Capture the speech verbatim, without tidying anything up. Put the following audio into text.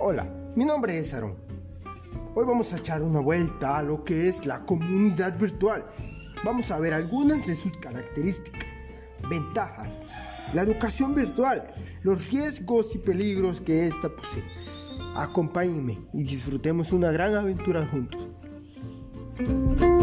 Hola, mi nombre es Aaron. Hoy vamos a echar una vuelta a lo que es la comunidad virtual. Vamos a ver algunas de sus características, ventajas, la educación virtual, los riesgos y peligros que ésta posee. Acompáñenme y disfrutemos una gran aventura juntos.